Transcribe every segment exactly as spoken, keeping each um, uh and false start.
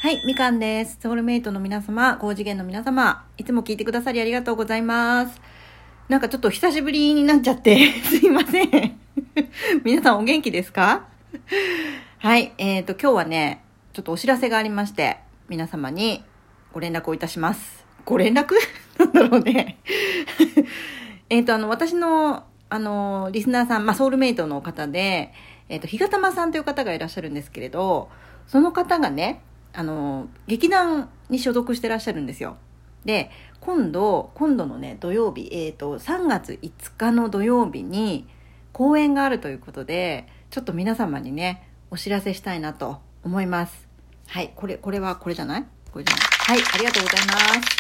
はい、みかんです。ソウルメイトの皆様、高次元の皆様、いつも聞いてくださりありがとうございます。なんかちょっと久しぶりになっちゃってすいません皆さんお元気ですか？はい、えーと今日はね、ちょっとお知らせがありまして、皆様にご連絡をいたします。ご連絡なんだろうねえっとあの私のあのリスナーさん、まあ、ソウルメイトの方で、えっと、ひがたまさんという方がいらっしゃるんですけれど、その方がね、あの劇団に所属してらっしゃるんですよ。で、今度今度のね土曜日、えっとさんがついつかの土曜日に公演があるということで、ちょっと皆様にねお知らせしたいなと思います。はい、これこれはこれじゃないこれじゃないはい、ありがとうございます。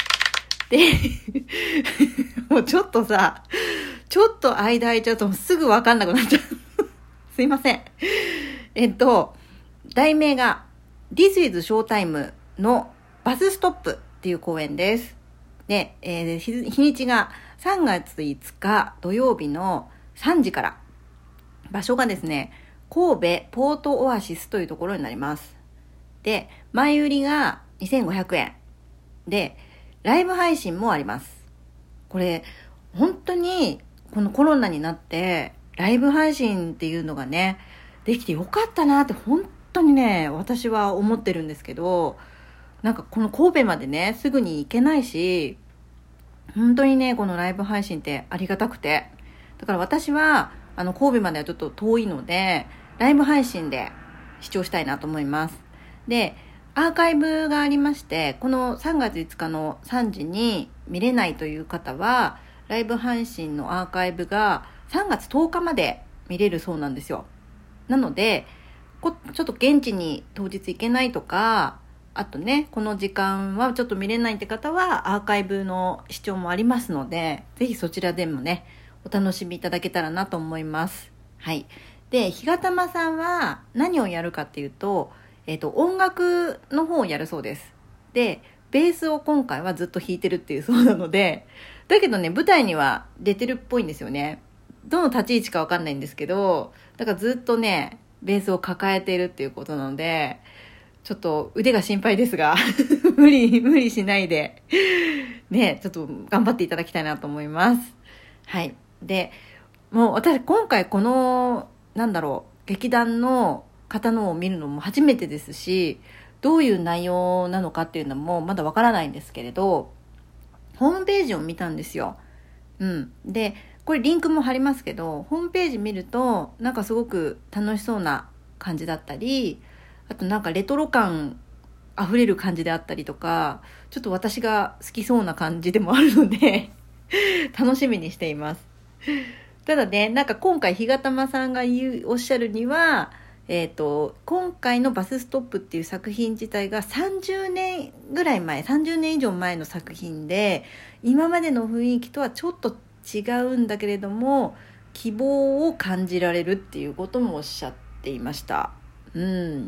でもうちょっとさ、ちょっと間空いちゃうとすぐ分かんなくなっちゃうすいません。えっと題名が This is Showtime のバスストップっていう公演です。で、えー、日, 日にちがさんがついつか土曜日のさんじから、場所がですね神戸ポートオアシスというところになります。で、前売りがにせんごひゃくえんで、ライブ配信もあります。これ本当にこのコロナになってライブ配信っていうのがねできてよかったなって本当にね私は思ってるんですけど、なんかこの神戸までねすぐに行けないし、本当にねこのライブ配信ってありがたくて、だから私はあの神戸まではちょっと遠いのでライブ配信で視聴したいなと思います。で、アーカイブがありまして、このさんがついつかのさんじに見れないという方はライブ配信のアーカイブがさんがつとおかまで見れるそうなんですよ。なのでこちょっと現地に当日行けないとか、あとねこの時間はちょっと見れないって方はアーカイブの視聴もありますので、ぜひそちらでもねお楽しみいただけたらなと思います。はい。で、ひがたまさんは何をやるかっていうと、えっと音楽の方をやるそうです。で、ベースを今回はずっと弾いてるっていうそうなので、だけどね舞台には出てるっぽいんですよね。どの立ち位置か分かんないんですけど、だからずっとねベースを抱えているっていうことなので、ちょっと腕が心配ですが無理無理しないでね、ちょっと頑張っていただきたいなと思います。はい。で、もう私今回このなんだろう劇団の方のを見るのも初めてですし、どういう内容なのかっていうのもまだわからないんですけれど、ホームページを見たんですよ。うん。で、これリンクも貼りますけど、ホームページ見るとなんかすごく楽しそうな感じだったり、あとなんかレトロ感あふれる感じであったりとか、ちょっと私が好きそうな感じでもあるので楽しみにしています。ただね、なんか今回ひがたまさんが言うおっしゃるには、えーと、今回のバスストップっていう作品自体がさんじゅうねんぐらい前、さんじゅうねん以上前の作品で、今までの雰囲気とはちょっと違うんだけれども希望を感じられるっていうこともおっしゃっていました。うん、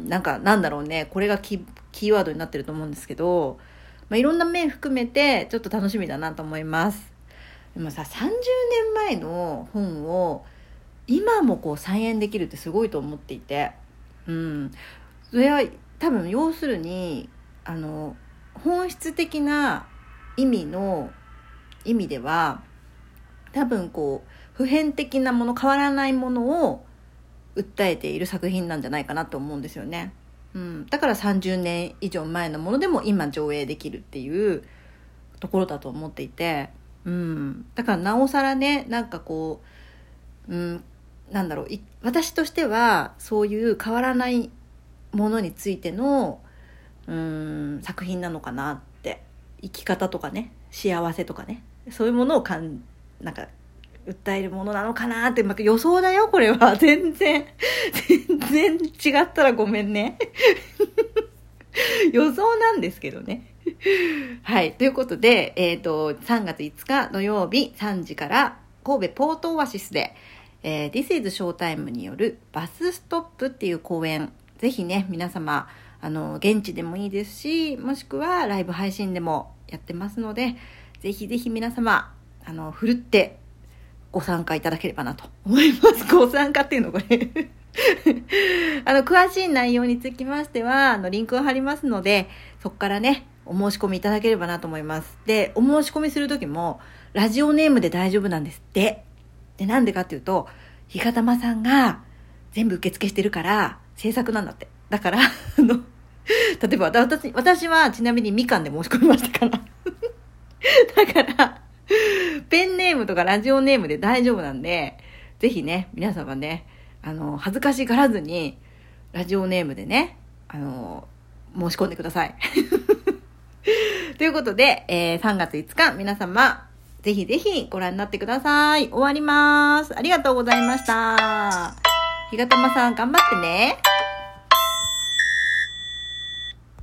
なんかなんだろうね、これがキ、キーワードになってると思うんですけど、まあ、いろんな面含めてちょっと楽しみだなと思います。でもさ、さんじゅうねんまえの本を今もこう再演できるってすごいと思っていて、うん、それは多分要するにあの本質的な意味の意味では多分こう普遍的なもの、変わらないものを訴えている作品なんじゃないかなと思うんですよね。うん、だからさんじゅうねん以上前のものでも今上映できるっていうところだと思っていて、うん、だからなおさらね、なんかこう、うん、なんだろう、私としてはそういう変わらないものについての、うん、作品なのかなって、生き方とかね、幸せとかね、そういうものをかんなんか訴えるものなのかなって、まあ、予想だよこれは。全然全然違ったらごめんね予想なんですけどねはい、ということで、えーと、さんがついつか土曜日さんじから神戸ポートオアシスで、えー、This is Showtime によるバスストップっていう公演、ぜひね皆様あの現地でもいいですし、もしくはライブ配信でもやってますので、ぜひぜひ皆様あのふるってご参加いただければなと思います。ご参加っていうのこれあの、詳しい内容につきましては、あの、リンクを貼りますので、そこからね、お申し込みいただければなと思います。で、お申し込みするときも、ラジオネームで大丈夫なんですって。で、なんでかっていうと、ひがたまさんが全部受付してるから、制作なんだって。だから、あの、例えば私、私はちなみにみかんで申し込みましたから。だから、ペンネームとかラジオネームで大丈夫なんで、ぜひね、皆様ね、あの、恥ずかしがらずに、ラジオネームでね、あの、申し込んでください。ということで、えー、さんがついつか、皆様、ぜひぜひご覧になってください。終わります。ありがとうございました。ひがたまさん、頑張ってね。